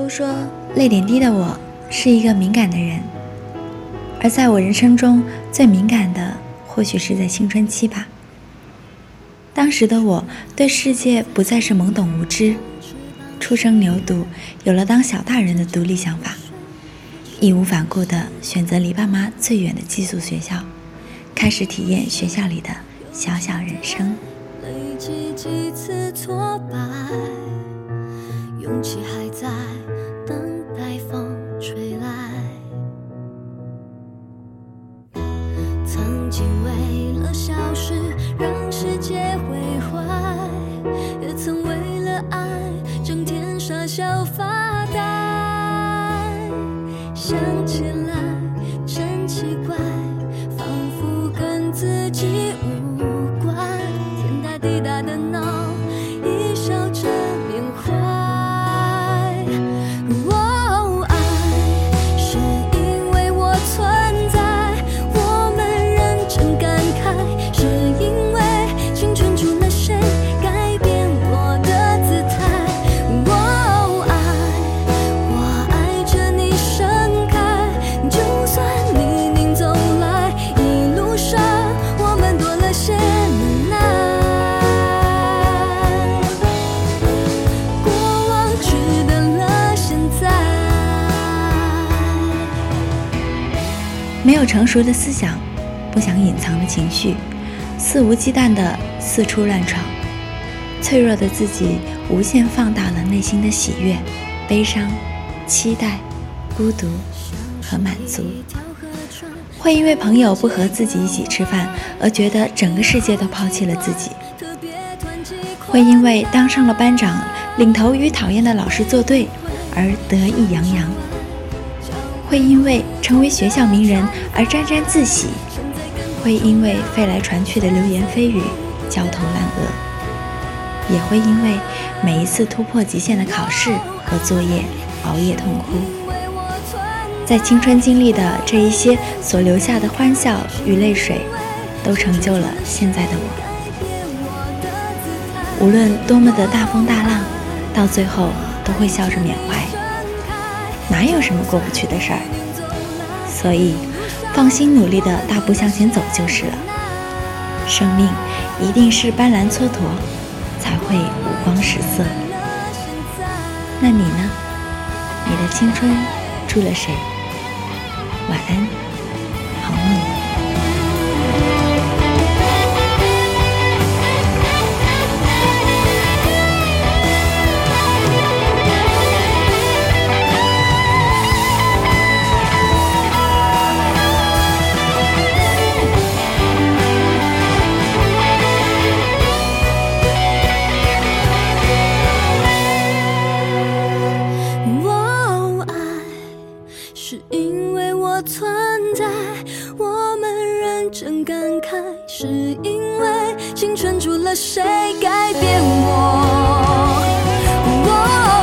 说，泪点低的我是一个敏感的人，而在我人生中最敏感的，或许是在青春期吧。当时的我对世界不再是懵懂无知，初生牛犊，有了当小大人的独立想法，义无反顾地选择离爸妈最远的寄宿学校，开始体验学校里的小小人生。 累积几次挫败，勇气还在等待风吹来。曾经为了小事让世界毁坏，也曾为了爱整天傻笑发呆。想起来真奇怪，仿佛跟自己无关，天大地大的闹，一笑着缅怀。爱是因为我存在，我们认真感慨，是因为青春除了谁改变我的姿态。我爱着你盛开，就算泥泞走来，一路上我们多了些能耐。过往值得了现在。 没有成熟的思想，不想隐藏的情绪，肆无忌惮地四处乱闯，脆弱的自己无限放大了内心的喜悦、悲伤、期待、孤独和满足。会因为朋友不和自己一起吃饭而觉得整个世界都抛弃了自己，会因为当上了班长，领头与讨厌的老师作对而得意洋洋，会因为成为学校名人而沾沾自喜，会因为飞来传去的流言蜚语焦头烂额，也会因为每一次突破极限的考试和作业熬夜痛哭。在青春经历的这一些所留下的欢笑与泪水，都成就了现在的我。无论多么的大风大浪，到最后都会笑着缅怀，哪有什么过不去的事儿？所以放心努力的大步向前走就是了。生命一定是斑斓蹉跎，才会五光十色。那你呢？你的青春住了谁？晚安，好梦。 是因为我存在，我们认真感慨，是因为青春除了谁改变我。